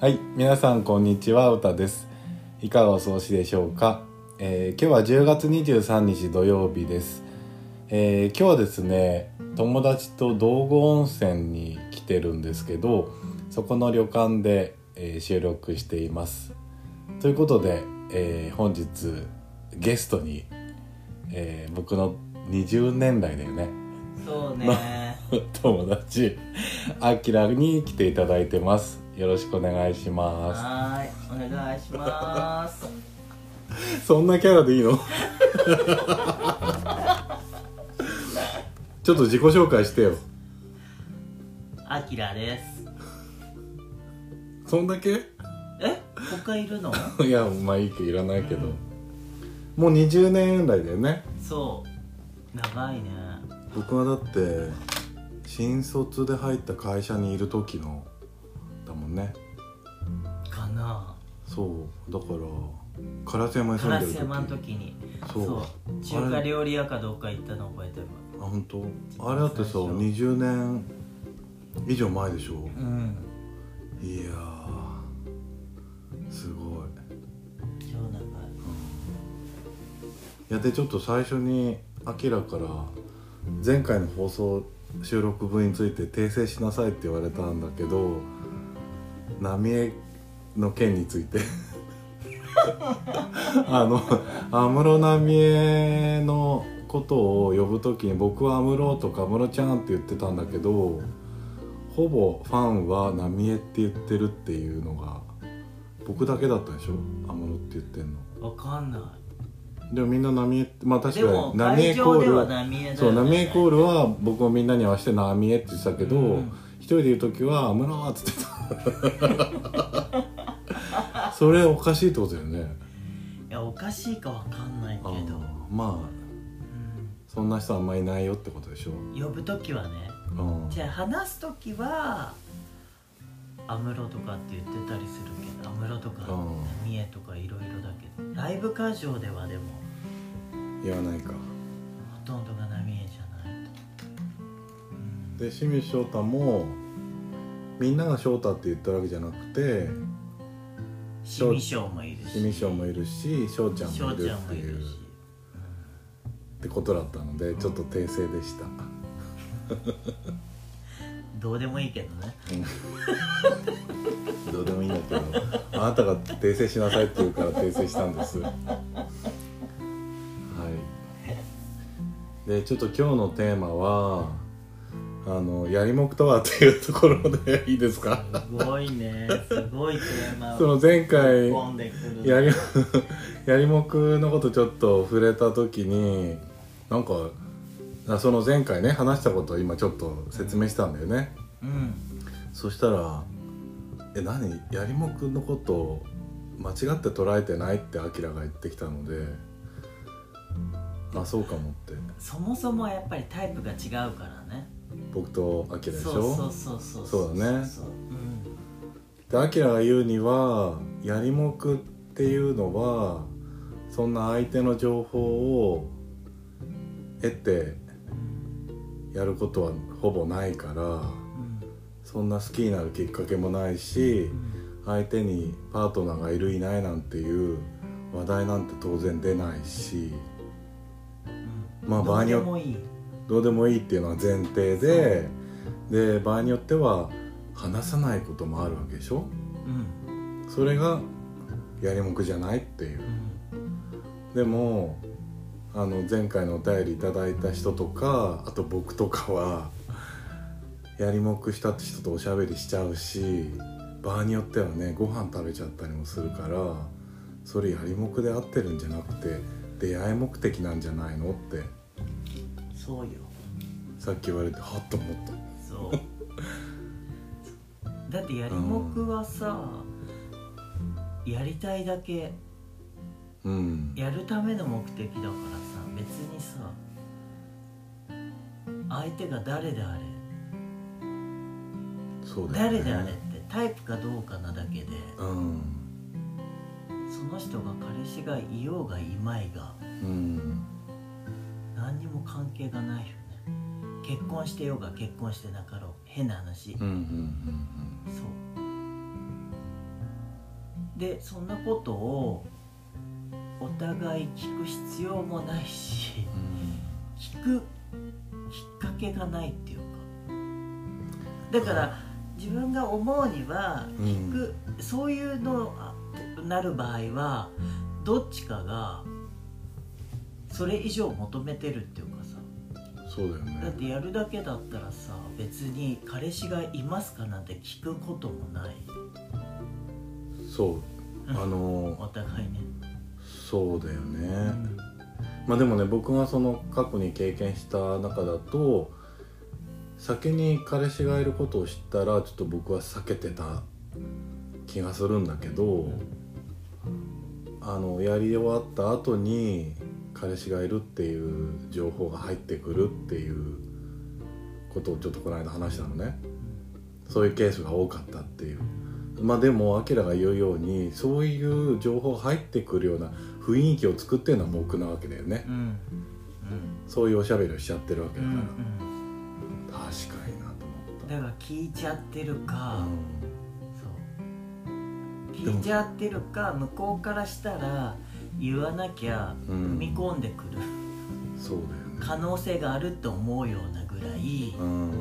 はい、皆さんこんにちは、うたです。いかがお過ごしでしょうか。今日は10月23日土曜日です。今日はですね、友達と道後温泉に来てるんですけど、そこの旅館で、収録しています。ということで、本日ゲストに、僕の20年来だよね。 そうね。 友達あきらに来ていただいてます。よろしくお願いします。 はい、お願いします。 そんなキャラでいいの？ちょっと自己紹介してよ。 あきらです。 そんだけ？ 他いるの？ いや、まあいいけどいらないけど、もう20年来だよね。 そう、長いね。 僕はだって新卒で入った会社にいる時のだもんね。 かな。 そうだから烏山に住んでる時。 烏山の時に。 そう中華料理屋かどっか行ったの覚えてるわ。あ、本当？あれだってさ、20年以上前でしょ。いやー、すごい。 超長い。 いや、でちょっと最初にアキラから前回の放送収録分について訂正しなさいって言われたんだけど、浪江の件について安室奈美恵のことを呼ぶときに僕は安室とか安室ちゃんって言ってたんだけど、ほぼファンは奈美恵って言ってるっていうのが僕だけだったでしょ、安室って言ってんの。 わかんない。 でもみんな浪江って、まあ確かにでも浪江コール、そう浪江コールは僕もみんなに合わせて浪江って言ってたけど、一人で言う時は安室っつってたそれおかしいってことだよね。 いや、おかしいかわかんないけど、 まあ、そんな人あんまいないよってことでしょ。 呼ぶ時はね、じゃあ話す時は安室とかって言ってたりするけど、安室とか三重とかいろいろだけど、ライブ会場ではでも言わないか。 ほとんどが浪江じゃないと。 で清水翔太もみんなが翔太って言ったわけじゃなくて、 清水翔もいるし、 清水翔もいるし、翔ちゃんもいるっていうってことだったので、ちょっと訂正でしたどうでもいいけどねどうでもいいんだけど、あなたが訂正しなさいって言うから訂正したんです。はい。でちょっと今日のテーマはやりもくとはっていうところでいいですか？ すごいね、すごいテーマをその前回やりもくのことちょっと触れた時に、なんかその前回ね話したことを今ちょっと説明したんだよね。そしたら何やりもくのことを間違って捉えてないってアキラが言ってきたので、あ、そうかもって。 そもそもやっぱりタイプが違うからね、 僕とアキラでしょ。 そうだね。でアキラが言うには、やりもくっていうのはそんな相手の情報を得てやることはほぼないから、そんな好きになるきっかけもないし、相手にパートナーがいるいないなんていう話題なんて当然出ないし、まあ場合によってどうでもいいっていうのは前提で、で場合によっては話さないこともあるわけでしょ。それがやりもくじゃないっていう。でも前回のお便りいただいた人とか、あと僕とかはやりもくしたって人とおしゃべりしちゃうし、場合によってはねご飯食べちゃったりもするから、それやりもくで合ってるんじゃなくて出会い目的なんじゃないのって。 そうよ、 さっき言われてはっと思った。 そうだってやりもくはさ、やりたいだけ、やるための目的だからさ、別にさ相手が誰であれ、 そうだよね、 誰であれってタイプかどうかなだけで、その人が彼氏がいようがいまいが、何にも関係がないよね。結婚してようが結婚してなかろう、変な話。そうでそんなことをお互い聞く必要もないし、聞くきっかけがないっていうか、だから自分が思うには聞く、そういうのなる場合はどっちかがそれ以上求めてるっていうかさ、 そうだよね。 だってやるだけだったらさ、別に彼氏がいますかなんて聞くこともない。 そうお互いね。 そうだよね、まあでもね、僕がその過去に経験した中だと、先に彼氏がいることを知ったらちょっと僕は避けてた気がするんだけど、やり終わった後に彼氏がいるっていう情報が入ってくるっていうことをちょっとこの間話したのね。そういうケースが多かったっていう。まあでもアキラが言うように、そういう情報が入ってくるような雰囲気を作ってるのは僕なわけだよね、そういうおしゃべりをしちゃってるわけだから、確かになと思った。 だから聞いちゃってるか、そう聞いちゃってるか、向こうからしたら言わなきゃ踏み込んでくる、 そうだよね、 可能性があると思うようなぐらい、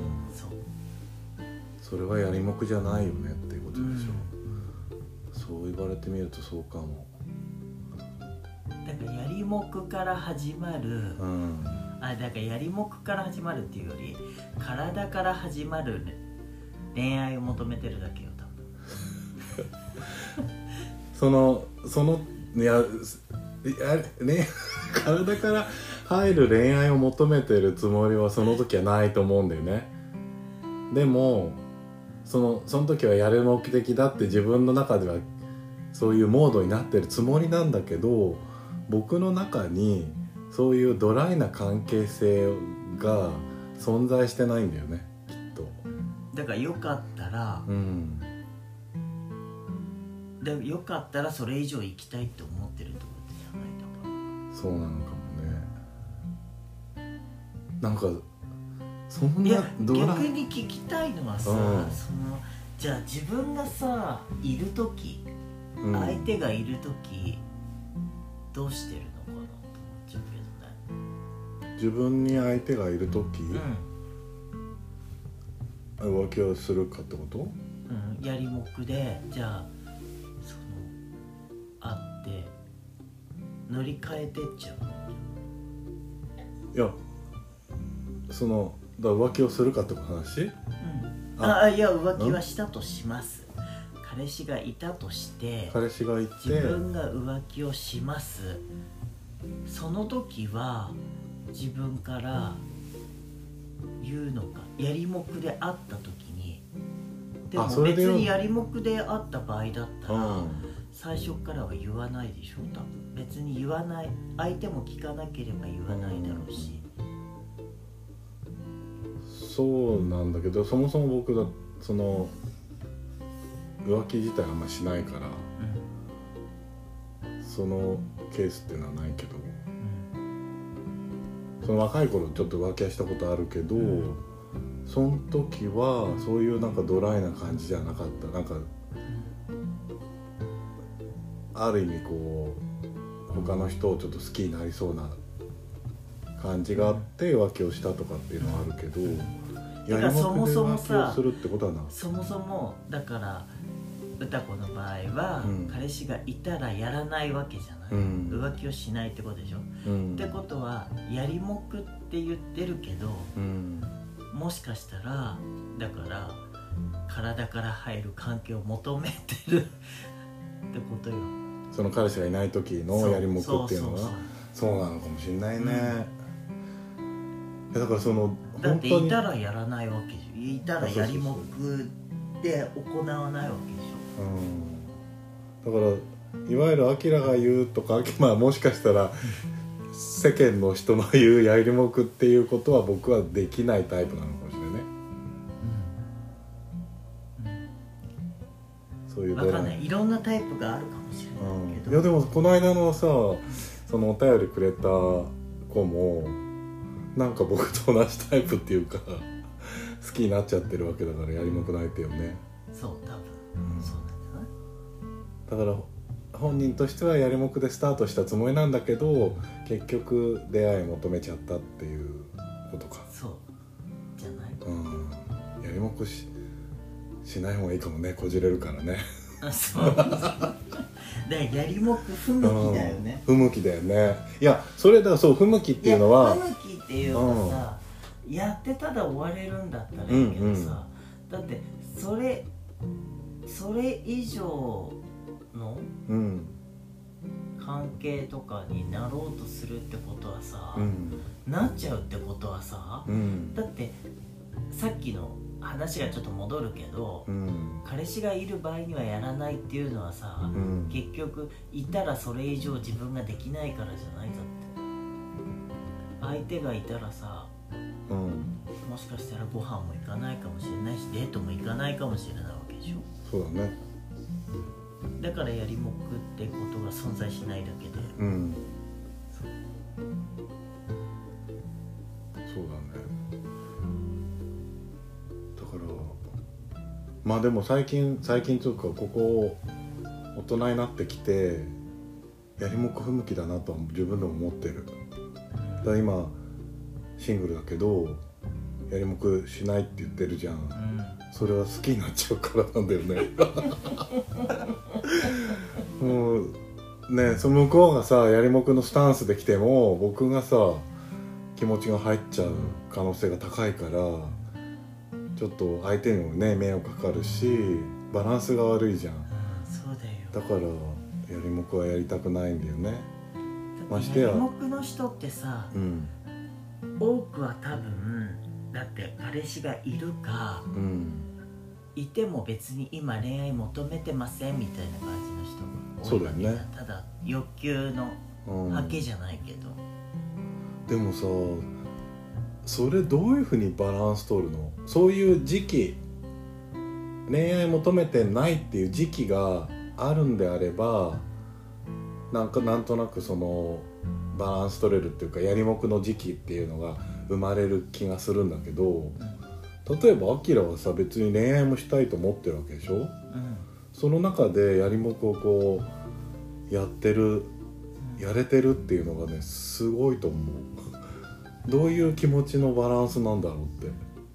それはやりもくじゃないよねっていうことでしょ、そう言われてみるとそうかも。 だからやりもくから始まる、だからやりもくから始まるっていうより体から始まる恋愛を求めてるだけよ多分体から入る恋愛を求めてるつもりはその時はないと思うんだよね。でもその時はやる目的だって自分の中ではそういうモードになってるつもりなんだけど、僕の中にそういうドライな関係性が存在してないんだよね、きっと。 だからよかったら、よかったらそれ以上行きたいって思ってるってことじゃないとか。 そうなのかもね。なんかそんな逆に聞きたいのはさ、じゃあ自分がさいる時、相手がいる時どうしてるのかなと思っちゃうけどね。 自分に相手がいる時、浮気をするかってこと？ やりもくで、じゃあ会って乗り換えてっちゃう。 いや、だから浮気をするかって話？ いや浮気はしたとします。彼氏がいたとして、 彼氏がいて自分が浮気をします。その時は自分から言うのか、やりもくで会った時に。でも別にやりもくで会った場合だったら、最初からは言わないでしょ多分。別に言わない、相手も聞かなければ言わないだろうし、 そうなんだけど、そもそも僕が浮気自体あんましないから、そのケースっていうのはないけど、その若い頃ちょっと浮気はしたことあるけど、その時はそういうなんかドライな感じじゃなかった。なんかある意味こう他の人をちょっと好きになりそうな感じがあって浮気をしたとかっていうのはあるけど、 だからそもそもさ、 するってことはな、 そもそもだから歌子の場合は、彼氏がいたらやらないわけじゃない、浮気をしないってことでしょ、ってことはやりもくって言ってるけど、もしかしたらだから体から入る関係を求めてるってことよ。 その彼氏がいない時のやりもくっていうのはそうなのかもしれないね、だからだっていたらやらないわけじゃん。いたらやりもくで行わないわけでしょ、だからいわゆるアキラが言うとか、もしかしたら世間の人の言うやりもくっていうことは僕はできないタイプなのかもしれないね、そういう分かんない、いろんなタイプがあるかもしれないけど、 いやでもこの間のさ、そのお便りくれた子もなんか僕と同じタイプっていうか好きになっちゃってるわけだから、やりもくないってよね。 そう、多分、そうなんじゃない。 だから本人としてはやりもくでスタートしたつもりなんだけど結局出会い求めちゃったっていうことか。 そうじゃない？ やりもく しない方がいいかもね、こじれるからね。 そうだからやりもく不向きだよね。 不向きだよね。いやそれだからそう不向きっていうのは不向きっていうかさ、やってただ終われるんだったらいいけどさ、だってそれ以上の関係とかになろうとするってことはさ、なっちゃうってことはさ、だってさっきの話がちょっと戻るけど、彼氏がいる場合にはやらないっていうのはさ、結局いたらそれ以上自分ができないからじゃないだって。相手がいたらさ、もしかしたらご飯も行かないかもしれないし、デートも行かないかもしれないわけでしょ。 そうだね。 だからやりもくってことが存在しないだけで、 そうだね。だからまあでも最近というかここ大人になってきてやりもく不向きだなとは自分でも思ってる。だから今シングルだけどやりもくしないって言ってるじゃん、それは好きになっちゃうからなんだよね。もうね、その向こうがさやりもくのスタンスで来ても僕がさ気持ちが入っちゃう可能性が高いからちょっと相手にもね迷惑かかるしバランスが悪いじゃん、 そうだよ。 だからやりもくはやりたくないんだよね。 ましてややりもくの人ってさ、多くは多分だって彼氏がいるか、いても別に今恋愛求めてませんみたいな感じの人が多いわけだ。ただ欲求のはけじゃないけど、 でもさそれどういうふうにバランス取るの？そういう時期、恋愛求めてないっていう時期があるんであればなんとなくそのバランス取れるっていうかやりもくの時期っていうのが生まれる気がするんだけど、例えばアキラはさ別に恋愛もしたいと思ってるわけでしょ、その中でやりもくをこうやれてるっていうのがねすごいと思う。どういう気持ちのバランスなんだろうって。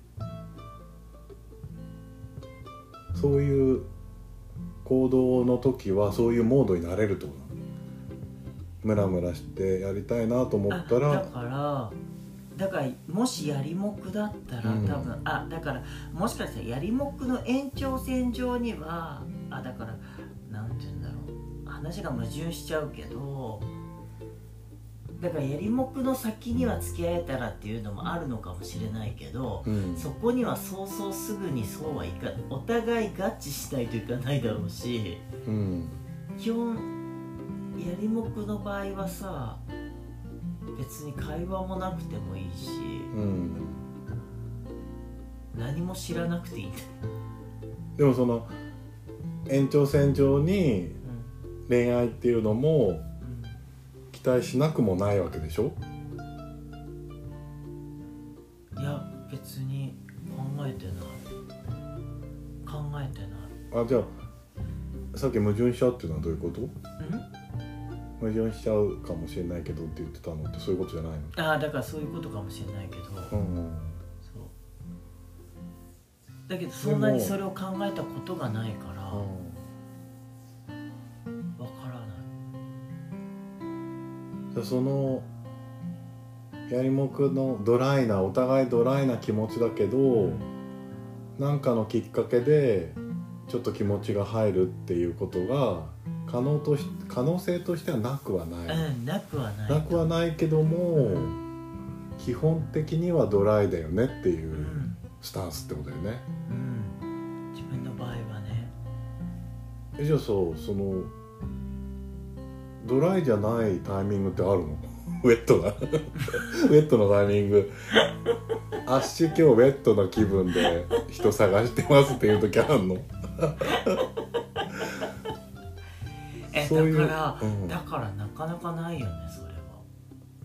そういう行動の時はそういうモードになれるってことなの。ムラムラしてやりたいなと思ったら、 だからもしやりもくだったら多分、だからもしかしたらやりもくの延長線上にはだからなんて言うんだろう、話が矛盾しちゃうけど、だからやりもくの先には付き合えたらっていうのもあるのかもしれないけど、そこにはそうそうすぐにそうはいかない。お互い合致しないといかないだろうし、基本やりもくの場合はさ別に会話もなくてもいいし、何も知らなくていいんだ。 でもその延長線上に恋愛っていうのも期待しなくもないわけでしょ。 いや別に考えてない。 じゃあさっき矛盾しちゃうっていうのはどういうこと？矛盾しちゃうかもしれないけどって言ってたのってそういうことじゃないの？ だからそういうことかもしれないけど、そうだけどそんなにそれを考えたことがないからわからない。 じゃあそのやりもくのお互いドライな気持ちだけど、なんかのきっかけでちょっと気持ちが入るっていうことが可能性としてはなくはない、 なくはないけども、基本的にはドライだよねっていうスタンスってことだよね、 自分の場合はね。 じゃあそのドライじゃないタイミングってあるの？ウェットなウェットのタイミングあっし今日ウェットな気分で人探してますっていう時あるの？ だからなかなかないよねそれ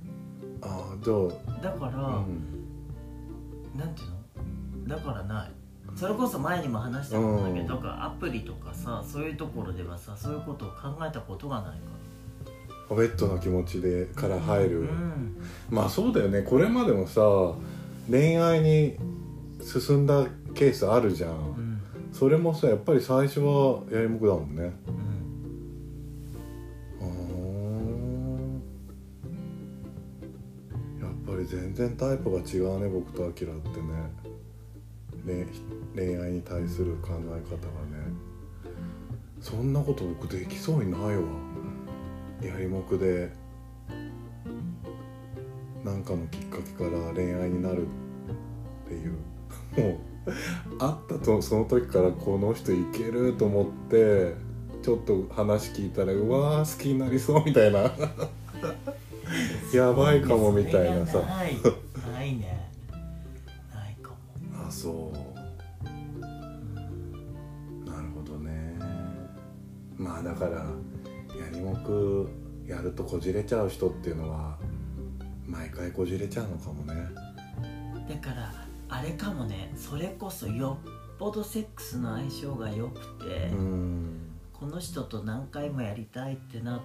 は。 じゃあだから、なんていうの？だからない。 それこそ前にも話したことだけど、アプリとかさ、そういうところではさ、そういうことを考えたことがないから、 ベッドの気持ちでから入る、 うん、 まあそうだよね。これまでもさ恋愛に進んだケースあるじゃん、うん、それもさやっぱり最初はやりもくだもんね、うん、やっぱり全然タイプが違うね、僕とアキラってね。恋愛に対する考え方がね、そんなこと僕できそうにないわ。やりもくで何かのきっかけから恋愛になるっていうもう会ったとその時からこの人いけると思ってちょっと話聞いたらうわー好きになりそうみたいなやばいかもみたいなさないね、ないかも。 あ、そう、なるほどね。まあだからやりもくやるとこじれちゃう人っていうのは毎回こじれちゃうのかもね。 だからあれかもね、それこそよっぽどセックスの相性が良くて、この人と何回もやりたいってなって、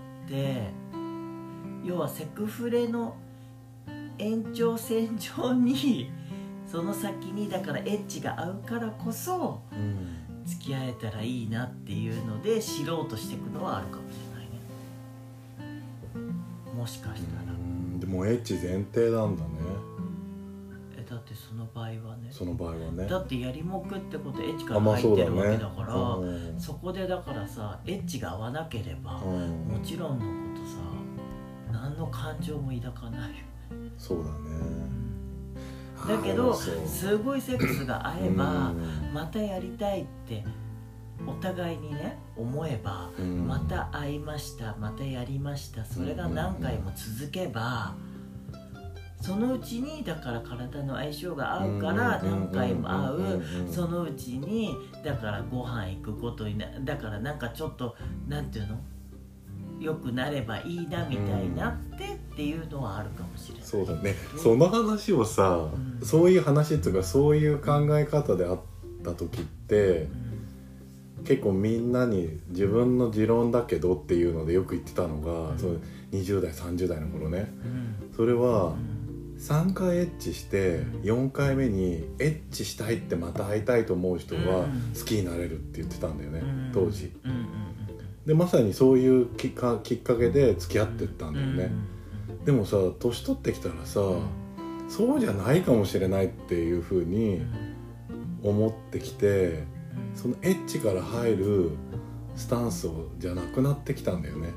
要はセクフレの延長線上にその先にだからエッジが合うからこそ付き合えたらいいなっていうので知ろうとしていくのはあるかもしれないね、もしかしたら。 でもエッジ前提なんだね。 だってその場合はね、 その場合はね、 だってやりもくってことエッジから入ってるわけだから、 ね、 そこでだからさエッジが合わなければ、もちろんのことさ何の感情も抱かないよ。 そうだね、 だけどすごいセックスが合えばまたやりたいってお互いにね思えば、また会いました、またやりました、それが何回も続けば、そのうちにだから体の相性が合うから何回も会う、そのうちにだからご飯行くことにだからなんかちょっとなんていうの良くなればいいなみたいなっていうのはあるかもしれない。 そうだね。その話をさ、そういう話っていうかそういう考え方であった時って、結構みんなに自分の持論だけどっていうのでよく言ってたのが、その20代30代の頃ね、それは3回エッチして4回目にエッチしたいってまた会いたいと思う人は好きになれるって言ってたんだよね、当時。でまさにそういうきっかけで付き合ってったんだよね。でもさ年取ってきたらさ、そうじゃないかもしれないっていう風に思ってきて、そのエッチから入るスタンスじゃなくなってきたんだよね。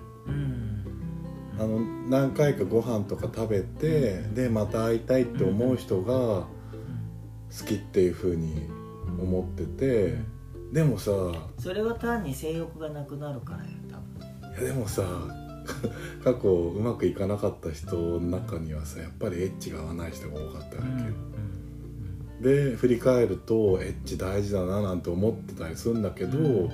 何回かご飯とか食べて、でまた会いたいって思う人が好きっていう風に思ってて、でもさそれは単に性欲がなくなるからよ多分。 いやでもさ過去うまくいかなかった人の中にはさやっぱりエッチが合わない人が多かったわけ、で振り返るとエッチ大事だななんて思ってたりするんだけど、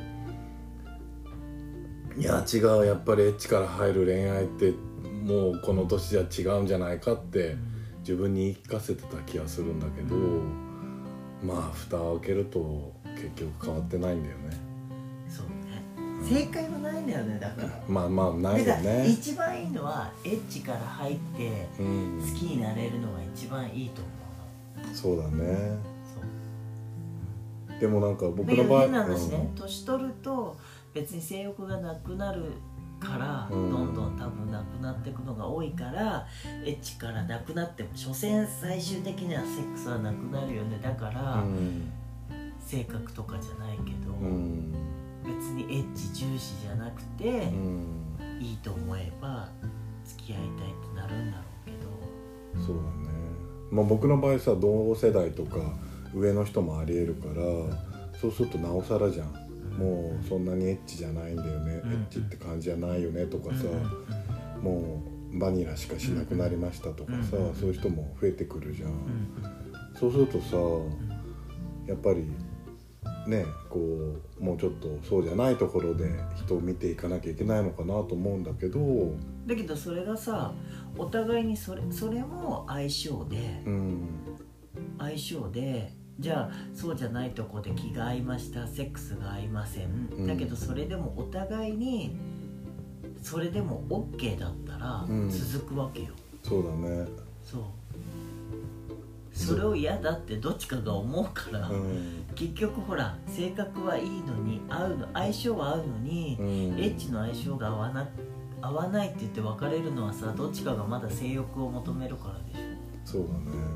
いや違う、やっぱりエッチから入る恋愛ってもうこの年じゃ違うんじゃないかって自分に言い聞かせてた気がするんだけど、まあ蓋を開けると結局変わってないんだよね。 そうね、正解はないんだよね。だからまあまあないよね。 一番いいのはエッチから入って好きになれるのが一番いいと思うの。 そうだね。 そうでもなんか僕の場合変な話ね、年取ると別に性欲がなくなるから、どんどん多分なくなっていくのが多いから、エッチからなくなっても所詮最終的にはセックスはなくなるよね。だから、性格とかじゃないけど、別にエッチ重視じゃなくて、いいと思えば付き合いたいってなるんだろうけど。 そうだね。まあ僕の場合さ同世代とか上の人もありえるから、そうするとなおさらじゃん。もうそんなにエッチじゃないんだよね、エッチって感じじゃないよねとかさ、もうバニラしかしなくなりましたとかさ、そういう人も増えてくるじゃん、そうするとさやっぱりねこうもうちょっとそうじゃないところで人を見ていかなきゃいけないのかなと思うんだけど、 だけどそれがさお互いにそれも相性で、相性でじゃあそうじゃないとこで気が合いました、セックスが合いません、だけどそれでもお互いにそれでも OK だったら続くわけよ、 そうだね。 そうそれを嫌だってどっちかが思うから、結局ほら性格はいいのに相性は合うのに、エッチの相性が合わないって言って別れるのはさ、どっちかがまだ性欲を求めるからでしょ。 そう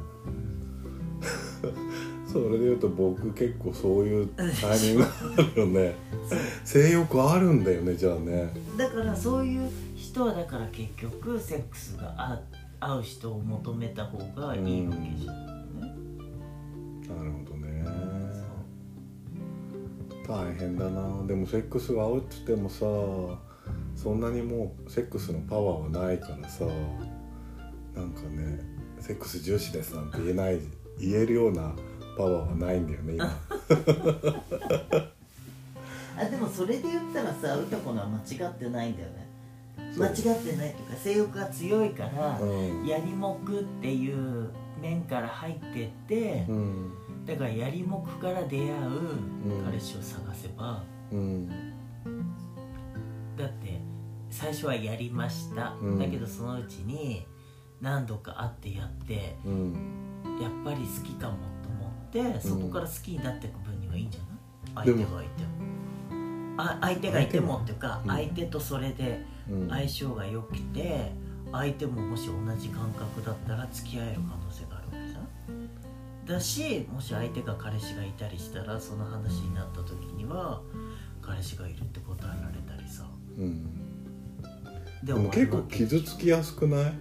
だねそれで言うと僕結構そういうタイミングあるよね性欲あるんだよね、じゃあね。 だからそういう人はだから結局セックスが合う人を求めた方がいいわけじゃん、 なるほどね。大変だな。でもセックスが合うって言ってもさ、そんなにもうセックスのパワーはないからさ、なんかね、セックス重視ですなんて言えるようなパワーはないんだよね今でもそれで言ったらさ、歌子のは間違ってないんだよね。間違ってないというか、性欲が強いから、やりもくっていう面から入ってって、だからやりもくから出会う彼氏を探せば、だって最初はやりました、だけどそのうちに何度か会ってやって、やっぱり好きかもと思って、そこから好きになっていく分にはいいんじゃない？相手がいても、相手がいてもっていうか、相手とそれで相性が良くて、相手ももし同じ感覚だったら付き合える可能性があるわけじゃん。だし、もし相手が彼氏がいたりしたら、その話になった時には彼氏がいるって答えられたりさ、 でも結構傷つきやすくない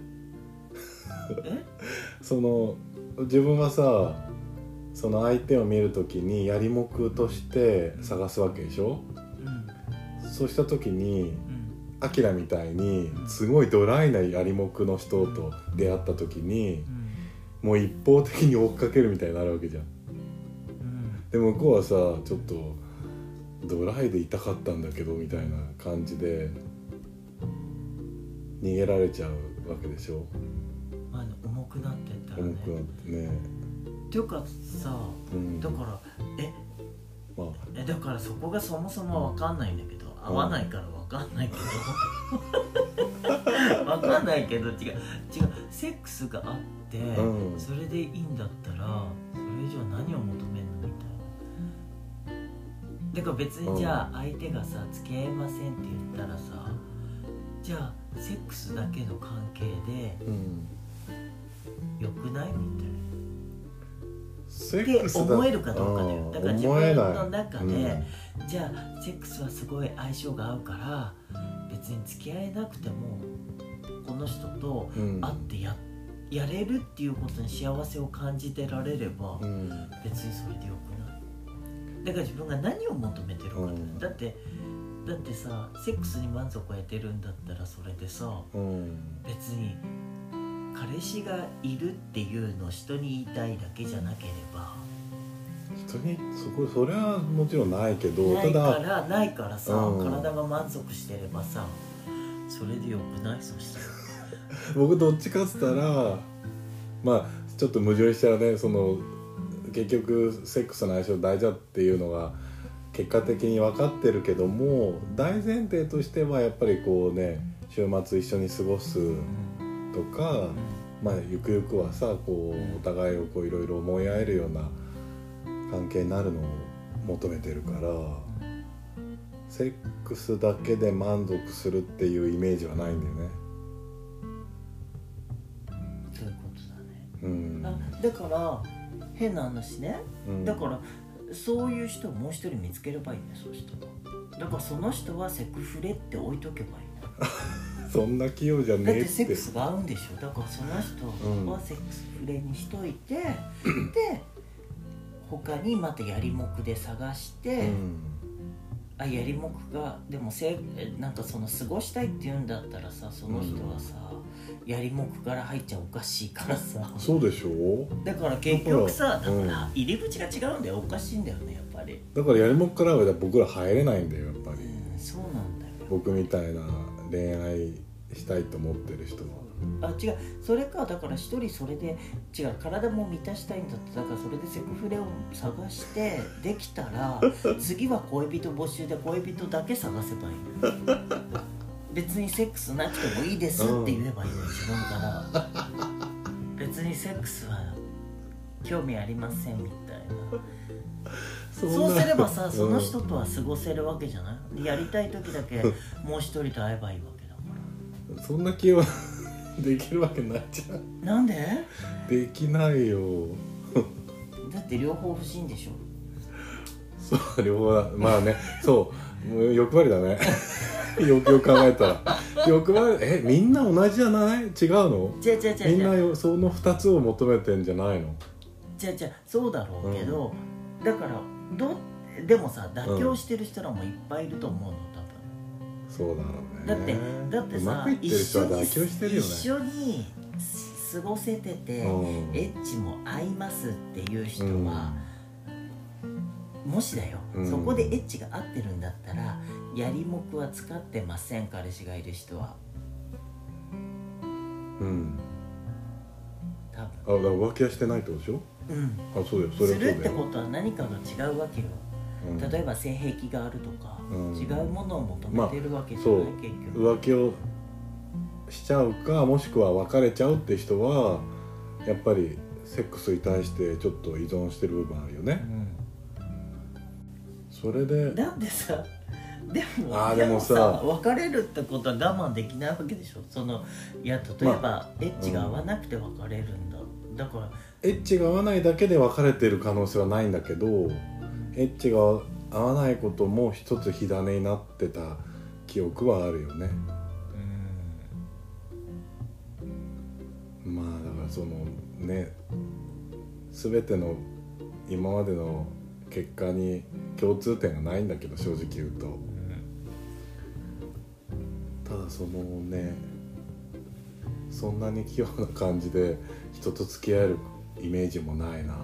その自分はさ、その相手を見るときにやりもくとして探すわけでしょ、そうしたときにアキラみたいにすごいドライなやりもくの人と出会ったときに、もう一方的に追っかけるみたいになるわけじゃん、で向こうはさ、ちょっとドライで痛かったんだけどみたいな感じで逃げられちゃうわけでしょ。 重くなってったらね。 重くなってね。 っていうかさ、だからだからそこがそもそも分かんないんだけど、合わないから分かんないけど分かんないけど、違うセックスがあって、それでいいんだったらそれ以上何を求めるのみたいな。だから別にじゃあ相手がさ、付き合えませんって言ったらさ、じゃあセックスだけの関係で良くないみたいなって思えるかどうかだよ。だから自分の中で、じゃあセックスはすごい相性が合うから別に付き合えなくてもこの人と会ってやれるっていうことに幸せを感じてられれば、別にそれでよくない。だから自分が何を求めてるかだよ、だってさ、セックスに満足を得てるんだったらそれでさ、別に彼氏がいるっていうのを人に言いたいだけじゃなければ、 人にそれはもちろんないけど、 ないからさ、体が満足してればさ、それでよくない？そしたら僕どっちかっつったら、まあちょっと矛盾しちゃうね。その結局セックスの相性大事だっていうのが結果的に分かってるけども、大前提としてはやっぱりこうね、週末一緒に過ごすとか、まあゆくゆくはさ、こうお互いをこういろいろ思い合えるような関係になるのを求めてるから、セックスだけで満足するっていうイメージはないんだよね。 そういうことだね。だから変な話ね、だからそういう人をもう一人見つければいいね。そういう人はだからその人はセクフレって置いとけばいいねそんな器用じゃねえって。 だってセックスが合うんでしょ。だからその人はセックスフレにしといて、で他にまたやりもくで探して、やりもくがでもなんかその過ごしたいって言うんだったらさ、その人はさ、やりもくから入っちゃおかしいからさ。 そうでしょ。 だから結局さ、だから入り口が違うんだよ。おかしいんだよね、やっぱり。 だからやりもくからは僕ら入れないんだよ、やっぱり。 そうなんだよ。 僕みたいな恋愛したいと思ってる人は。 違う、それかだから一人それで違う、体も満たしたいんだって、だからそれでセクフレを探してできたら次は恋人募集で恋人だけ探せばいい別にセックスなくてもいいですって言えばいいのよ、自分から別にセックスは興味ありませんみたいな。そうすればさ、その人とは過ごせるわけじゃない、やりたい時だけもう一人と会えばいいわけだから。 そんな気はできるわけないじゃん。 なんで？ できないよだって両方欲しいんでしょ。 そう、両方だ。まあね、そうもう欲張りだねよくよく考えたら欲張り、みんな同じじゃない？違うの？みんなその2つを求めてんじゃないの？ そうだろうけど、だからでもさ、妥協してる人らもいっぱいいると思うの、多分。 そうだろうね。 だってさ、 うまくいってる人は妥協してるよね。 一緒に過ごせてて、エッチも合いますっていう人は、もしだよ、そこでエッチが合ってるんだったら、やりもくは使ってません、彼氏がいる人は。多分。 だから浮気はしてないってことでしょ？そうよ、それはそうだよ。 するってことは何かが違うわけよ。例えば性癖があるとか、違うものを求めてるわけじゃない、結局。 浮気をしちゃうか、もしくは別れちゃうって人はやっぱりセックスに対してちょっと依存してる部分あるよね。それでだってさ、でもさ、別れるってことは我慢できないわけでしょ。例えば、エッチが合わなくて別れるんだ、だからエッチが合わないだけで別れてる可能性はないんだけど、エッチが合わないことも一つ火種になってた記憶はあるよね。まあだからそのね、全ての今までの結果に共通点がないんだけど、正直言うと、ただそのね、そんなに器用な感じで人と付き合えるイメージもないな。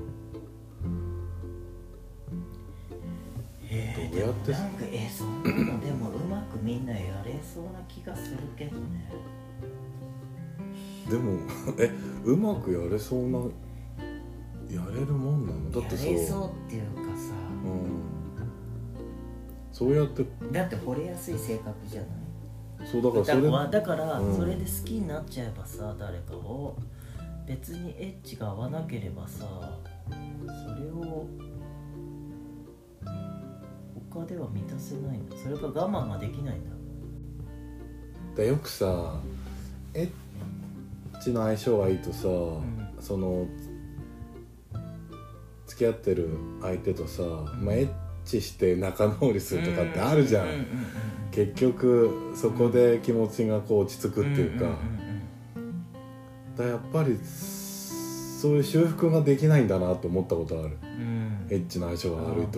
どうやってなんかそんなのでもうまくみんなやれそうな気がするけどね。 でもうまくやれそうな、やれるもんなの？だってやれそうっていうかさ、 そうやってだって惚れやすい性格じゃない。 そうだからそれで好きになっちゃえばさ、誰かを別にエッチが合わなければさ、それを他では満たせないんだ。それか我慢ができないんだ。 よくさ、エッチの相性がいいとさ、その付き合ってる相手とさ、エッチして仲直りするとかってあるじゃん。結局そこで気持ちがこう落ち着くっていうか、だやっぱりそういう修復ができないんだなと思ったことある。エッチの相性が悪いと。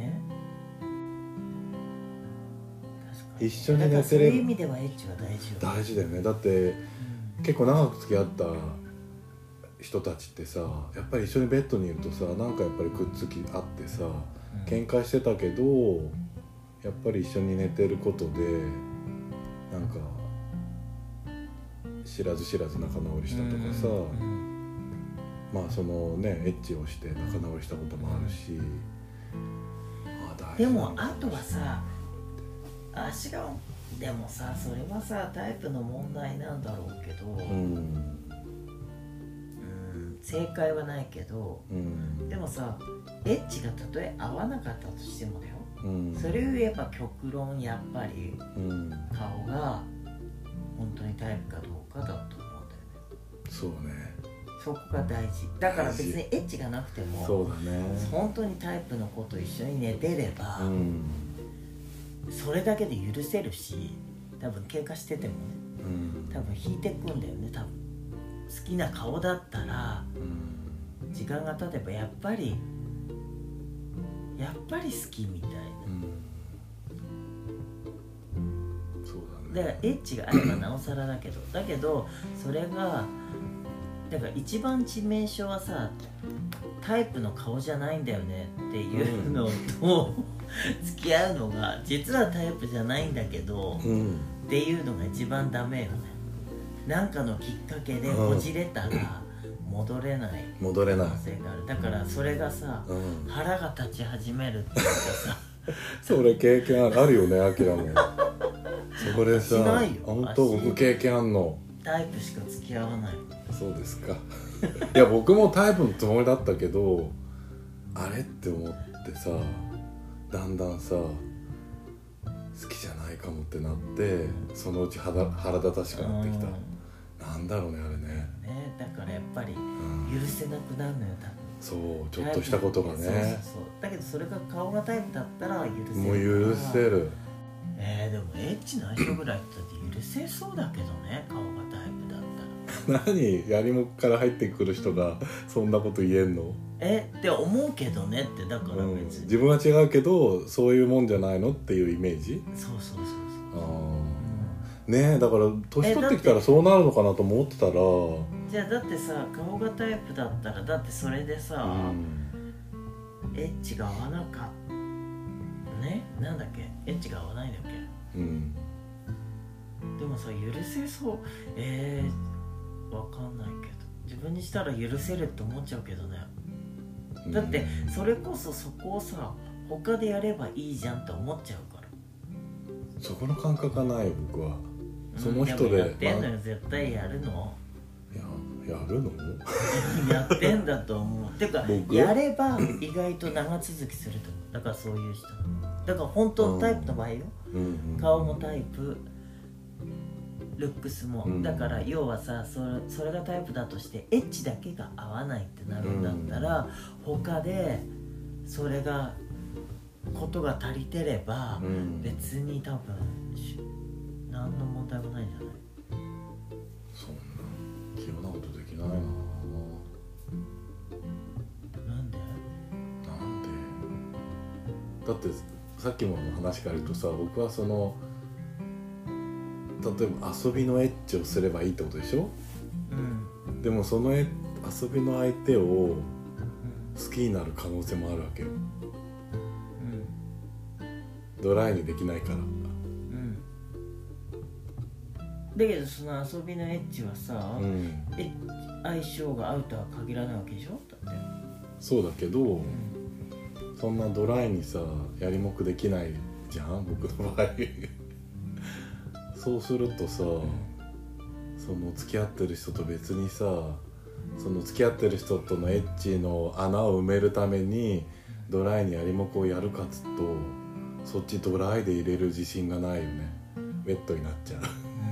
一緒に寝てれば、 そういう意味ではエッチは大事よ。 大事だよね。だって結構長く付き合った人たちってさ、やっぱり一緒にベッドにいるとさ、なんかやっぱりくっつき合ってさ、喧嘩してたけどやっぱり一緒に寝てることでなんか知らず知らず仲直りしたとかさ、まあそのね、エッチをして仲直りしたこともあるし、 でもあとはさ、でもさ、それはさタイプの問題なんだろうけど、正解はないけど、でもさ、エッチがたとえ合わなかったとしてもだよ、それを言えば極論やっぱり、顔が本当にタイプかどうかだと思うんだよね。 そうね、 そこが大事だから。別にエッチがなくても、 そうだね、 本当にタイプの子と一緒に寝てれば、それだけで許せるし、多分喧嘩しててもね、多分引いてくんだよね。多分好きな顔だったら、時間が経てばやっぱり好きみたいな、 そうだからエッチがあればなおさらだけどそれがだから一番致命傷はさ、タイプの顔じゃないんだよねっていうのと、付き合うのが実はタイプじゃないんだけど、っていうのが一番ダメよね。 なんかのきっかけでこじれたら戻れない可能性がある。だからそれがさ、腹が立ち始めるっていうかさそれ経験あるよね、アキラもそれさ、本当僕経験あんの。 タイプしか付き合わない。 そうですかいや僕もタイプのつもりだったけど、あれって思ってさ、だんだんさ好きじゃないかもってなって、そのうち腹立たしくなってきた。なんだろうね、あれね。 だからやっぱり許せなくなるのよ、多分。 そう、ちょっとしたことがね。 そうだけどそれが顔がタイプだったら許せる。 もう許せる。 でもエッチな相性ぐらいって許せそうだけどね、顔がタイプだったら。 何、やりもくから入ってくる人がそんなこと言えんの？ って思うけどねって。だから別に、 自分は違うけどそういうもんじゃないのっていうイメージ。 そうねえ、だから年取ってきたらそうなるのかなと思ってたら、 じゃあだってさ、顔がタイプだったらだってそれでさ、エッチが合わなかったね、なんだっけ、エッチが合わないんだっけ、でもさ許せそう、わかんないけど、自分にしたら許せるって思っちゃうけどね。だってそれこそそこをさ他でやればいいじゃんって思っちゃうから。 そこの感覚がないよ僕は。その人でやってんのよ、絶対やるの。 やるのやってんだと思う。てかやれば意外と長続きすると思う。だからそういう人だから本当のタイプの場合よ、顔もタイプ、ルックスも、だから要はさ、それがタイプだとしてエッチだけが合わないってなるんだったら、他でそれがことが足りてれば、別に多分何の問題もないんじゃない？ そんな器用なことできないな。 なんでだってさっきもの話から言うとさ、僕はその例えば遊びのエッチをすればいいってことでしょ。でもその遊びの相手を好きになる可能性もあるわけよ、ドライにできないから。 だけどその遊びのエッチはさ、相性が合うとは限らないわけでしょ。だってそうだけど、そんなドライにさやりもくできないじゃん、僕の場合そうするとさ、その付き合ってる人と別にさ、その付き合ってる人とのエッチの穴を埋めるためにドライにやりもくをやるかっつうと、そっちドライで入れる自信がないよね。ウェットになっちゃう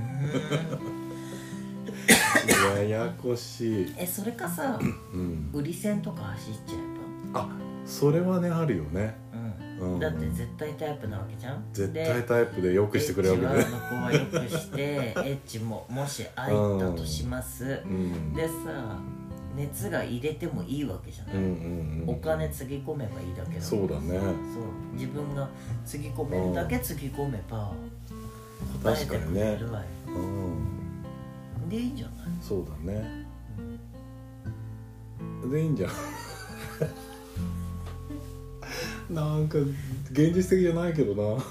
ややこしい。 それかさ、売り線とか走っちゃえば。 それはねあるよね。 だって絶対タイプなわけじゃん。 絶対タイプでよくしてくれるわけね。 エッチは向こうはよくしてエッチももし空いたとします、でさ、熱が入れてもいいわけじゃない、お金つぎ込めばいいだけだ。 そうだね。 そう、自分がつぎ込めるだけつぎ込めば答えてくれるわよ。でいいんじゃない？ そうだね、でいいんじゃんなんか現実的じゃないけどな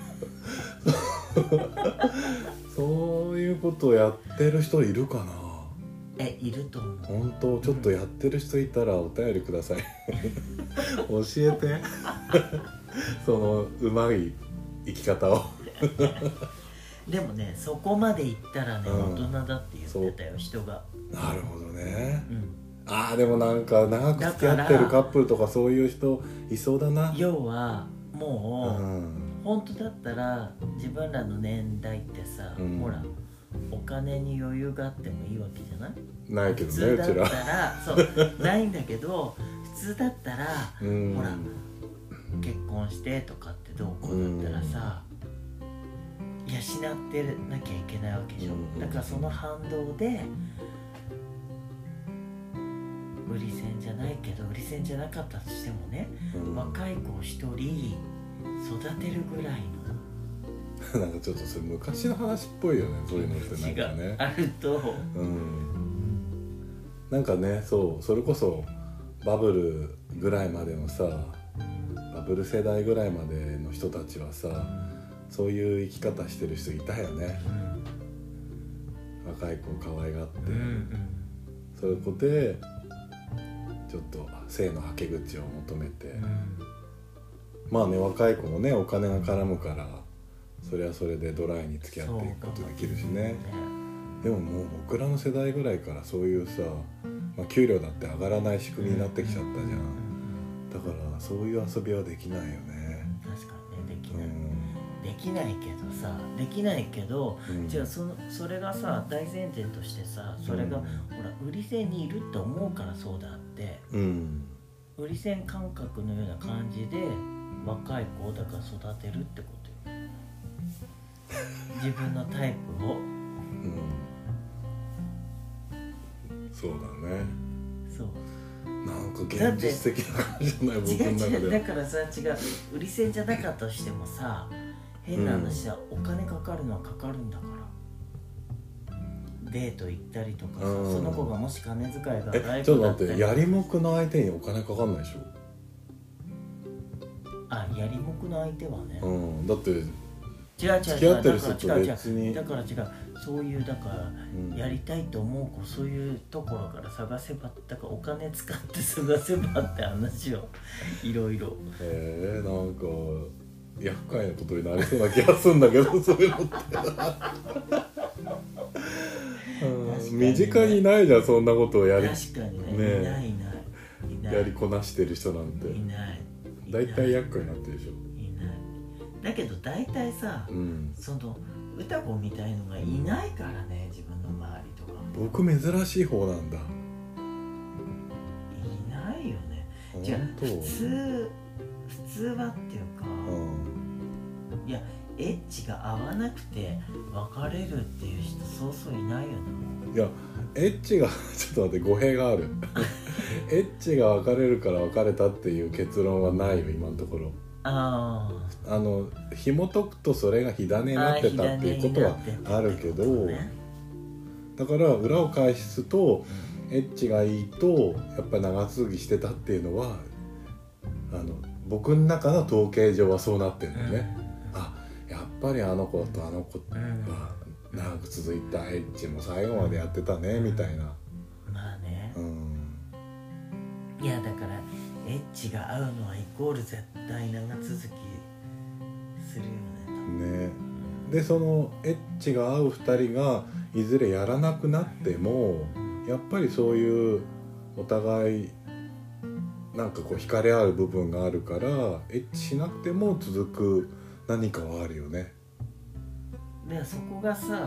そういうことをやってる人いるかな。 いると思う。 本当、ちょっとやってる人いたらお便りください教えてそのうまい生き方をでもね、そこまでいったらね、大人だって言ってたよ、人が。 なるほどね、でもなんか長く付き合ってるカップルとかそういう人いそうだな。 要はもう、本当だったら自分らの年代ってさ、ほらお金に余裕があってもいいわけじゃない？ ないけどね、 普通だったらそうないんだけど、普通だったらほら結婚してとかってどうこうだったらさ、養ってなきゃいけないわけでしょ。だからその反動で売り線じゃないけど、売り線じゃなかったとしてもね、若い子を一人育てるぐらいのなんかちょっとそれ昔の話っぽいよね、そういうのってなんかねあると、 なんかね、それこそバブルぐらいまでのさ、バブル世代ぐらいまでの人たちはさ、そういう生き方してる人いたよね。 若い子を可愛がって、 うんうんそういう子でちょっと性のはけ口を求めて、まあね若い子もねお金が絡むからそれはそれでドライに付き合っていくことできるしね。でももう僕らの世代ぐらいからそういうさ、まあ、給料だって上がらない仕組みになってきちゃったじゃん。だからそういう遊びはできないよね。 確かにね、できないけどさ、できないけど、じゃあそれがさ大前提としてさ、それが、ほら売り線にいるって思うからそうであって、売り線感覚のような感じで若い子をだから育てるってことよ。自分のタイプを、 そうだね。 そうなんか現実的な感じじゃない僕の中では。 だからさ、違う、売り線じゃなかったとしてもさ、変な話はお金かかるのはかかるんだから、デート行ったりとかさ、その子がもし金遣いが荒い子だったり、 ちょっと待って、やりもくの相手にお金かかんないでしょ。 あ、やりもくの相手はね、 だって付き合ってる人と別にだから違う、そういうだから、やりたいと思う子、そういうところから探せば、だからお金使って探せばって話をいろいろ。 なんか厄介なことになりそうな気がするんだけどそういうのって身近にいないじゃん、そんなことをやり、 確かにね、いないやりこなしてる人なんていない。 だいたい厄介になってるでしょ。 だけど大体さ、その歌子みたいのがいないからね、自分の周りとか。 僕珍しい方なんだ。 いないよね。じゃあ普通はっていうか、いやエッチが合わなくて別れるっていう人そうそういないよね。 いやエッチがちょっと待って、語弊があるエッチが別れるから別れたっていう結論はないよ今のところ。紐解くとそれが火種になってたっていうことはあるけど、だから裏を返すと、エッチがいいとやっぱり長続きしてたっていうのは僕の中の統計上はそうなってるんだよね。やっぱりあの子とあの子は長く続いたエッチも最後までやってたねみたいな。 まあね、いやだからエッチが合うのはイコール絶対長続きするよね。 でそのエッチが合う2人がいずれやらなくなっても、やっぱりそういうお互いなんかこう惹かれ合う部分があるから、エッチしなくても続く何かはあるよね。 でそこがさ、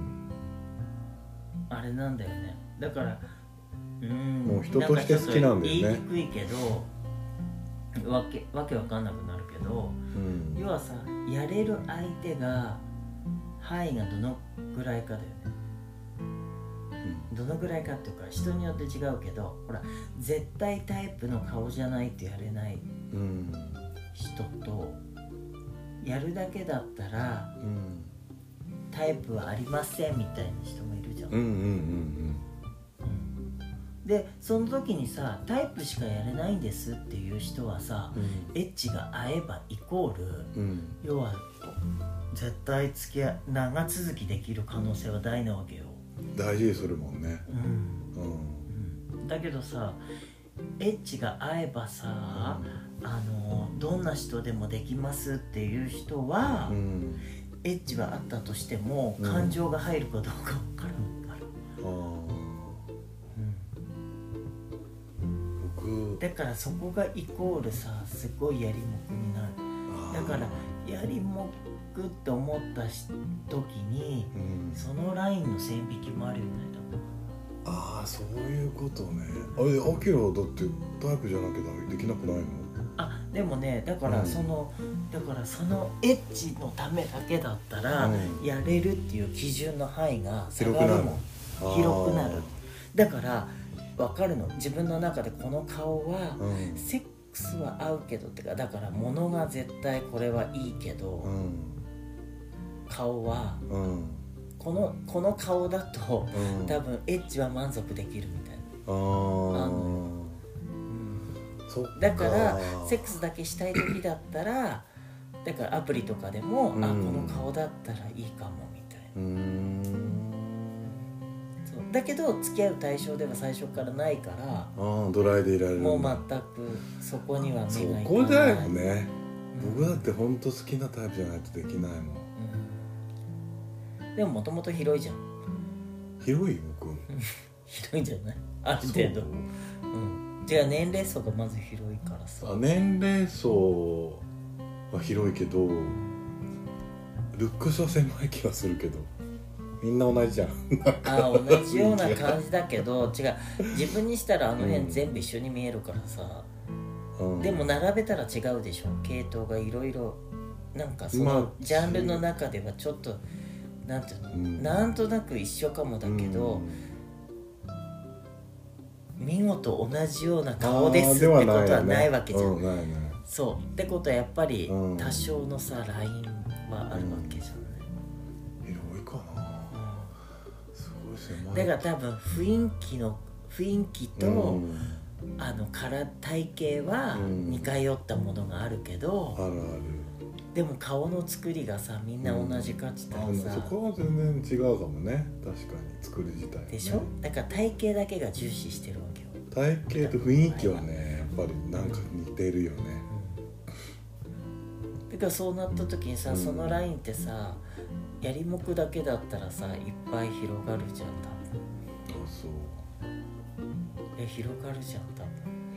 あれなんだよね。だからもう人として好きなんだよね。 言いにくいけどわけわかんなくなるけど、要はさ、やれる相手が範囲がどのぐらいかだよね。どのぐらいかっていうか人によって違うけど、ほら絶対タイプの顔じゃないとやれない人と、やるだけだったら、タイプはありませんみたいな人もいるじゃん。でその時にさ、タイプしかやれないんですっていう人はさ、エッチが合えばイコール、要は絶対長続きできる可能性は大なわけよ。 大事にするもんね。 だけどさ、エッチが合えばさ、どんな人でもできますっていう人は、エッチはあったとしても感情が入るかどうか分からんから、だからそこがイコールさ、すごいやりもくになる。だからやりもくって思った時に、そのラインの線引きもあるよね。 そういうことね。アキラだってタイプじゃなきゃできなくないの？ でもね、だからそのエッチのためだけだったら、やれるっていう基準の範囲が下がるもん。広くなる。だから分かるの、自分の中でこの顔は、セックスは合うけどってか、だから物が絶対これはいいけど、顔は、この顔だと、多分エッチは満足できるみたいな。だからセックスだけしたい時だったら、だからアプリとかでも、この顔だったらいいかもみたいな。 だけど付き合う対象では最初からないから、 ドライでいられる。 もう全くそこには目がいかない。 そこだよね、僕だって本当好きなタイプじゃないとできないもん、 でももともと広いじゃん。 広い僕広いんじゃない、ある程度。じゃあ年齢層がまず広いからさ。 年齢層は広いけどルックスは狭い気がするけど、みんな同じじゃん同じような感じだけど違う、自分にしたらあの辺全部一緒に見えるからさ、でも並べたら違うでしょ、系統がいろいろ。なんかそのジャンルの中ではちょっとなんていうの、なんとなく一緒かもだけど、見事同じような顔ですってことはないわけじゃん。そうってことはやっぱり多少のさラインはあるわけじゃん。 広いかな、すごい狭い。 だから多分雰囲気と、体型は似通ったものがあるけど、 あるある。 でも顔の作りがさみんな同じかっつったらさ、 そこは全然違うかもね。確かに作り自体、ね、 でしょ。だから体型だけが重視してるわけよ。 体型と雰囲気はねやっぱりなんか似てるよね、 だからそうなった時にさ、そのラインってさやりもくだけだったらさいっぱい広がるじゃん多分。 そう広がるじゃん多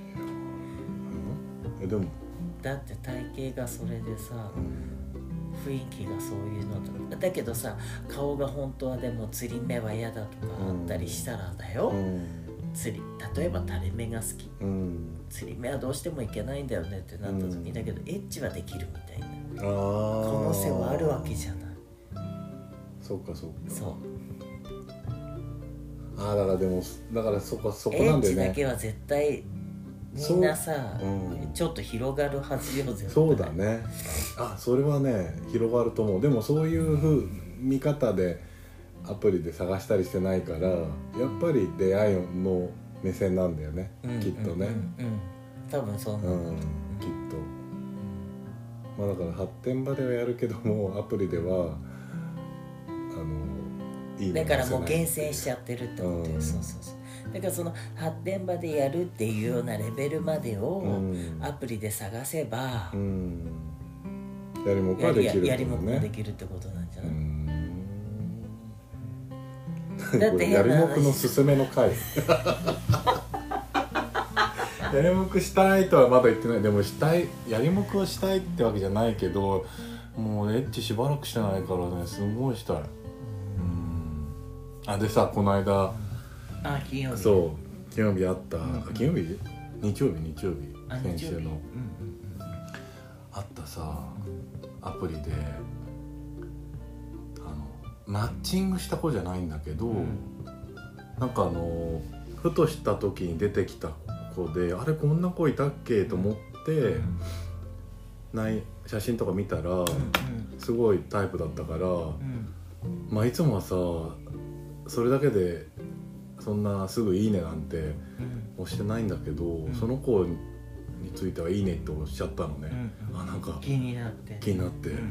分。 でもだって体型がそれでさ、雰囲気がそういうのとかだけどさ、顔が本当はでもつり目は嫌だとかあったりしたらだよ、例えば垂れ目が好き、つり目はどうしてもいけないんだよねってなった時、だけどエッチはできるみたいな可能性はあるわけじゃない。 そうかそうか。 そうだからそこなんだよね。 エッチだけは絶対みんなさ、ちょっと広がるはずよ絶対。 そうだね。それはね広がると思う。でもそういう見方でアプリで探したりしてないから、やっぱり出会いの目線なんだよね、きっとね。 多分そうなんだ、 きっと。だから発展場ではやるけどもアプリではいいだからもう厳選しちゃってるってことよ。そうだからその発展場でやるっていうようなレベルまでをアプリで探せば、 やりもくはできる、 やりもくができるってことなんじゃない？ だってやりもくのすすめの回やりもくしたいとはまだ言ってない。でもやりもくをしたいってわけじゃないけど、もうエッチしばらくしてないからね、すごいしたい。でさ、この間金曜日、 そう金曜日あった、金曜日日曜日先週のあったさ、アプリでマッチングした子じゃないんだけど、なんかふとした時に出てきた子で、あれこんな子いたっけと思って、写真とか見たら、すごいタイプだったから、いつもはさそれだけでそんなすぐいいねなんて押してないんだけど、その子についてはいいねっておっしゃったのね、なんか気になって、 で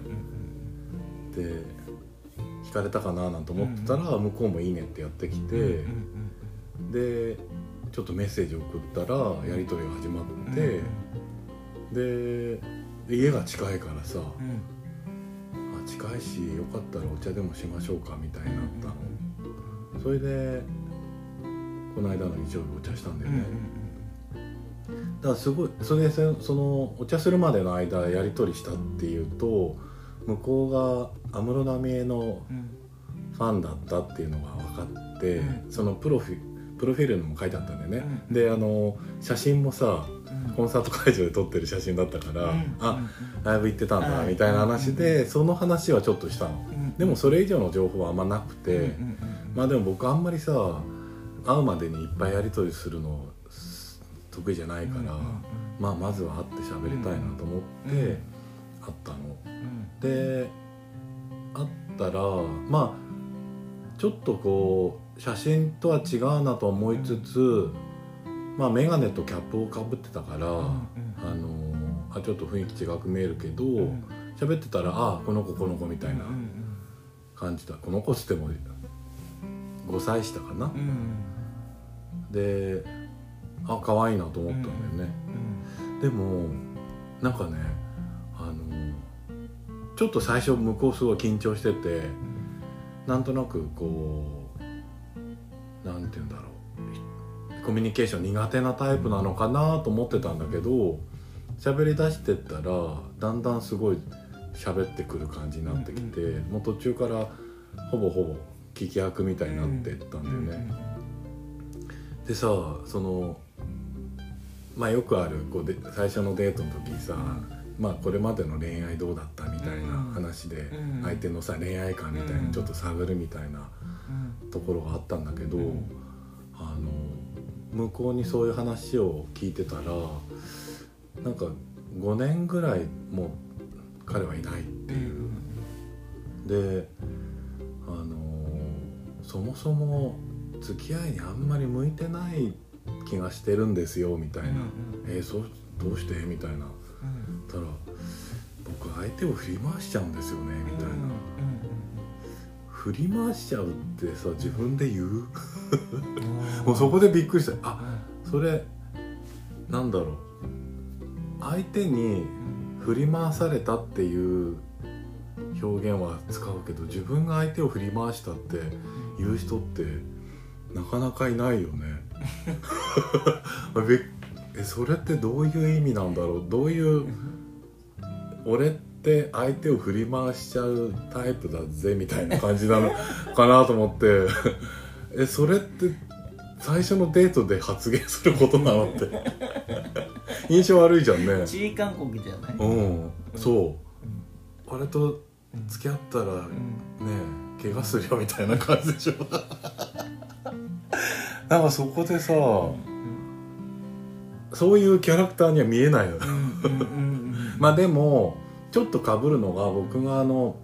惹かれたかななんて思ってたら、向こうもいいねってやってきて、でちょっとメッセージ送ったらやり取りが始まって、で家が近いからさ、近いしよかったらお茶でもしましょうかみたいになったの。それでこの間の日曜日お茶したんだよね。だからすごいそれでそのお茶するまでの間やり取りしたっていうと、向こうが安室奈美恵のファンだったっていうのが分かって、そのプロフィールにも書いてあったんだよね。で写真もさ、コンサート会場で撮ってる写真だったから、ライブ行ってたんだみたいな話で、その話はちょっとしたの。でもそれ以上の情報はあんまなくて、でも僕あんまりさ会うまでにいっぱいやり取りするの得意じゃないから、まずは会って喋りたいなと思って会ったの。で会ったらちょっとこう写真とは違うなと思いつつ、眼鏡とキャップをかぶってたから、ちょっと雰囲気違く見えるけど、喋ってたらこの子みたいな感じだ。この子っつっても 5歳下かな、 うん、 で可愛いなと思ったんだよね、でもなんかねちょっと最初向こうすごい緊張してて、なんとなくこうなんて言うんだろう、コミュニケーション苦手なタイプなのかなと思ってたんだけど、喋り出してったらだんだんすごい喋ってくる感じになってきて、もう途中からほぼ聞き役みたいになってったんだよね、でさ、そのまあよくあるこうで最初のデートの時にさ、まあこれまでの恋愛どうだったみたいな話で、相手のさ恋愛観みたいにちょっと探るみたいなところがあったんだけど、向こうにそういう話を聞いてたら、なんか5年ぐらいもう彼はいないっていう、でそもそも付き合いにあんまり向いてない気がしてるんですよみたいな、どうしてみたいな、たら僕相手を振り回しちゃうんですよねみたいな、振り回しちゃうってさ自分で言うもうそこでびっくりした。それなんだろう、相手に振り回されたっていう表現は使うけど、自分が相手を振り回したって言う人ってなかなかいないよねそれってどういう意味なんだろう、どういう俺って相手を振り回しちゃうタイプだぜみたいな感じなのかなと思ってそれって最初のデートで発言することなのって印象悪いじゃんね。 注意勧告じゃない？ そう、あれと付き合ったらね怪我するよみたいな感じでしょなんかそこでさ、そういうキャラクターには見えないのまあでもちょっと被るのが、僕が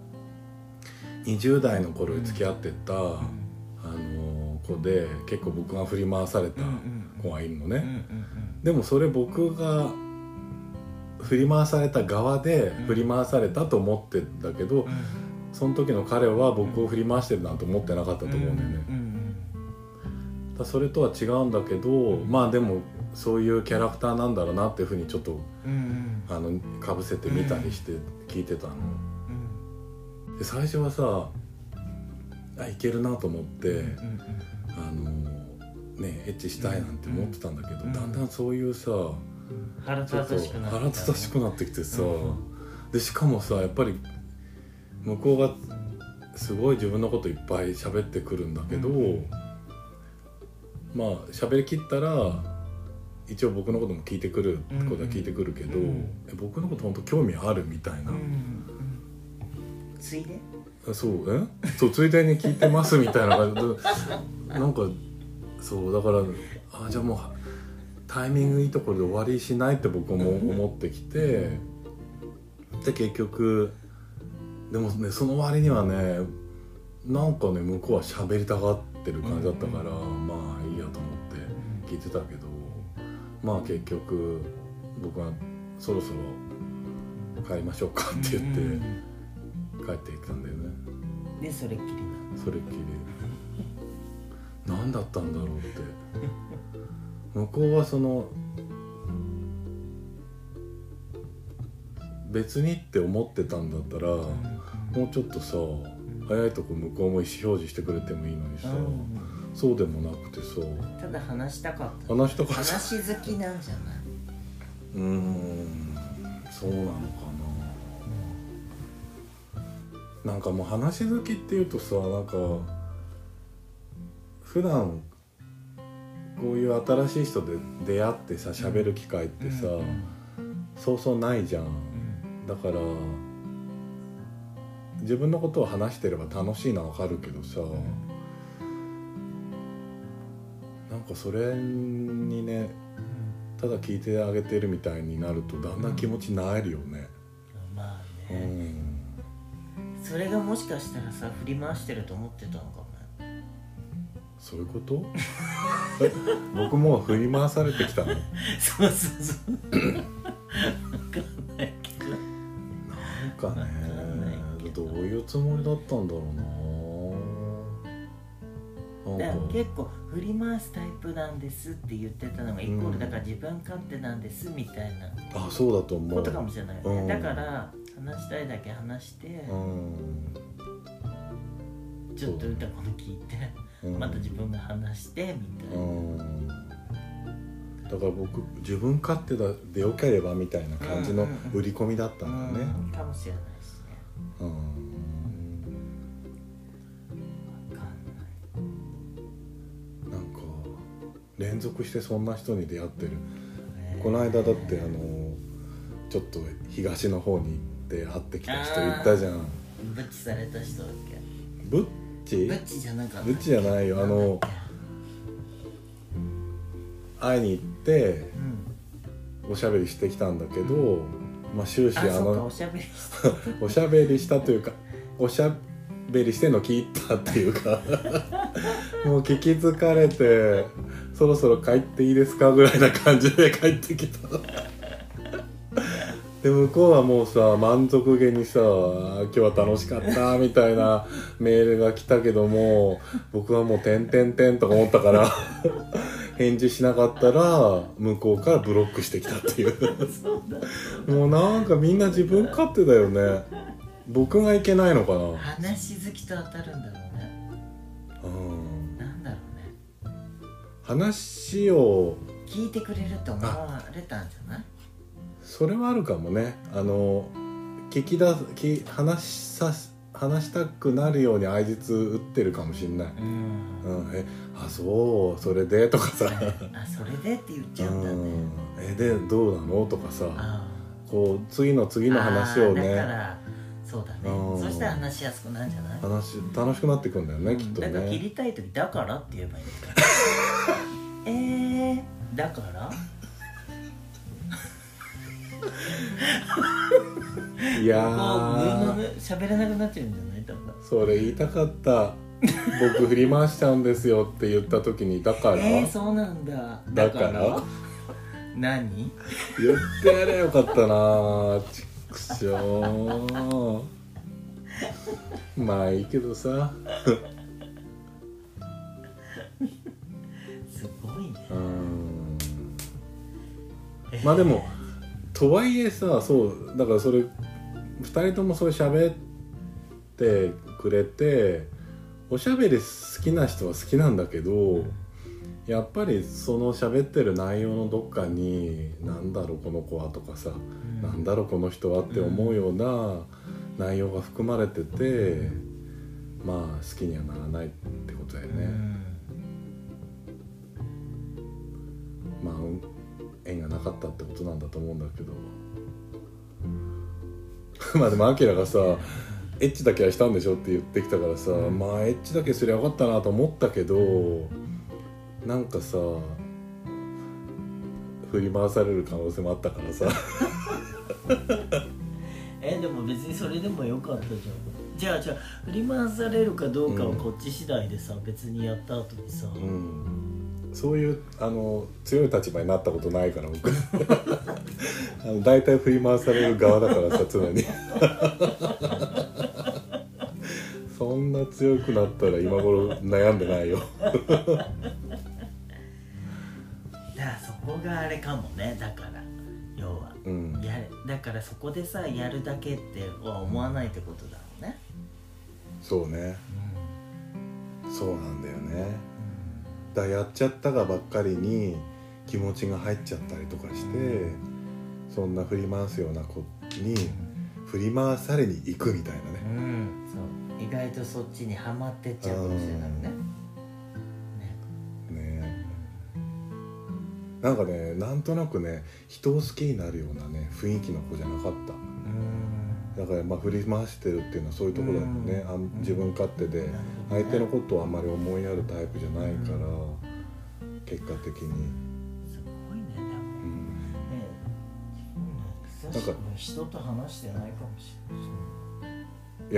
20代の頃に付き合ってた、子で結構僕が振り回された子がいるのね、でもそれ僕が振り回された側で振り回されたと思ってんだけど、その時の彼は僕を振り回してるなんて思ってなかったと思うんだよね、だそれとは違うんだけど、まあでもそういうキャラクターなんだろうなっていうふうにちょっとかぶせてみたりして聞いてたの、で最初はさいけるなと思って、エッチしたいなんて思ってたんだけど、だんだんそういうさ腹立たしくなってきてさ、でしかもさやっぱり向こうがすごい自分のこといっぱい喋ってくるんだけど、まあ喋りきったら一応僕のことも聞いてくることは聞いてくるけど、僕のこと本当興味あるみたいな、 ついでそうついでに聞いてますみたいな感じでなんかそうだからじゃあもうタイミングいいところで終わりしないって僕も思ってきて、で結局でもねその割にはねなんかね向こうは喋りたがってる感じだったから、まあいいやと思って聞いてたけど、まあ結局僕はそろそろ帰りましょうかって言って帰っていったんだよね。 でそれっきりそれっきり何だったんだろうって向こうはその別にって思ってたんだったら、もうちょっとさ早いとこ向こうも意思表示してくれてもいいのにさ、そうでもなくてさ、 ただ話したかった話好きなんじゃない？ そうなのかな、なんかもう話好きっていうとさ、なんか普段こういう新しい人で出会ってさ喋る機会ってさ、そうそうないじゃん、だから自分のことを話してれば楽しいのはわかるけどさ、なんかそれにねただ聞いてあげてるみたいになるとだんだん気持ちなえるよね、 まあね、それがもしかしたらさ振り回してると思ってたのかもね。 そういうこと僕もう振り回されてきたのそう分かんないけどなんかねどういうつもりだったんだろうな。 だから結構振り回すタイプなんですって言ってたのがイコールだから自分勝手なんですみたいなそうだと思うことかもしれないよね、だから話したいだけ話して、ちょっと歌子の聞いて、また自分が話してみたいな、 だから僕自分勝手でよければみたいな感じの売り込みだったんだね、 かもしれないですね。 なんか連続してそんな人に出会ってる、この間だってちょっと東の方に行って会ってきた人いたじゃん。 ブッチされた人だっけ？ ブッチ？ ブッチじゃなかった。 ブッチじゃないよ。会いに行って、おしゃべりしてきたんだけど、終始おしゃべりしたおしゃべりしたというか、おしゃべりしてんの聞いたっていうかもう聞き疲れてそろそろ帰っていいですかぐらいな感じで帰ってきたで向こうはもうさ満足げにさ今日は楽しかったみたいなメールが来たけども、僕はもう点々点とか思ったから返事しなかったら向こうからブロックしてきたっていうもうなんかみんな自分勝手だよね。僕がいけないのかな。 話好きと当たるんだろうね。なんだろうね。 話を聞いてくれると思われたんじゃない？それはあるかもね。話したくなるように相槌打ってるかもしれない。そうそれでとかさそれでって言っちゃうんだね。 でどうなのとかさ、こう次の話をね。 だからそうだね。そしたら話しやすくなるんじゃない？ 楽しくなってくんだよね、きっとね。 だから切りたい時だからって言えばいいんだから？ いやー喋れなくなっちゃうんじゃない？多分それ言いたかった。僕振り回しちゃうんですよって言った時にだからそうなんだ。 だから何？ 言ってやればよかったな。ちくしょうまあいいけどさすごいね。 まあでもとはいえさ、そうだからそれ2人ともそう喋ってくれて、おしゃべり好きな人は好きなんだけど、やっぱりその喋ってる内容のどっかになんだろうこの子はとかさ、なんだろうこの人はって思うような内容が含まれてて、まあ好きにはならないってことだよね。まあ縁がなかったってことなんだと思うんだけどまあでもアキラがさエッチだけはしたんでしょって言ってきたからさ、まあエッチだけすりゃよかったなと思ったけど、なんかさ振り回される可能性もあったからさでも別にそれでもよかったじゃん。じゃあ振り回されるかどうかはこっち次第でさ、別にやった後にさ、 そういう強い立場になったことないから僕だいたい振り回される側だからさ常にそんな強くなったら今頃悩んでないよだからそこがあれかもね。だから要は、だからそこでさやるだけっては思わないってことだろうね。 そうね、そうなんだよね。だからやっちゃったがばっかりに気持ちが入っちゃったりとかして、そんな振り回すような子に振り回されに行くみたいなね、 そう意外とそっちにはまってっちゃうかもしれないね。 なんかね、なんとなくね人を好きになるようなね雰囲気の子じゃなかった。だからまあ振り回してるっていうのはそういうところだよね。自分勝手で相手のことをあんまり思いやるタイプじゃないから、結果的にすごいね。でもなんか人と話してないかもしれない。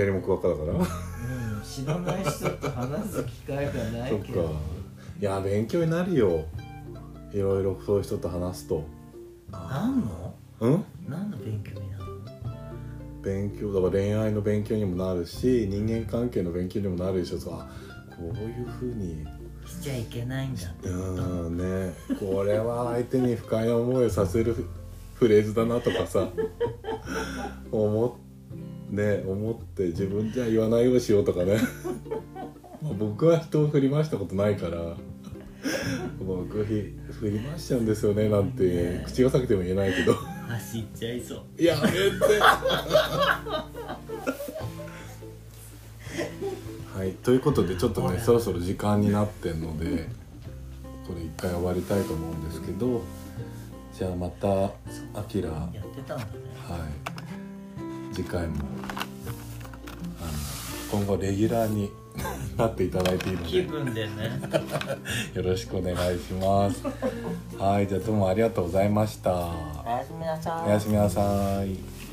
やりもくわかだから、 知らない人と話す機会がないけど。 そっか。いや勉強になるよ。いろいろそういう人と話すと。 何の？何の勉強になるの？ 勉強だから恋愛の勉強にもなるし、人間関係の勉強にもなるでしょ。こういう風にしちゃいけないんだってね、これは相手に不快な思いをさせるフレーズだなとかさ思って自分じゃ言わないようにしようとかねまあ僕は人を振り回したことないから僕振り回しちゃうんですよねなんて口が裂けても言えないけど走っちゃいそう。 やめてはい、ということでちょっとねそろそろ時間になってんのでこれ一回終わりたいと思うんですけど、じゃあまたアキラ、 やってたんだね。 はい、次回も今後レギュラーになっていただいていいので気分でねよろしくお願いしますはい、じゃあどうもありがとうございました。 おやすみなさい。 おやすみなさい。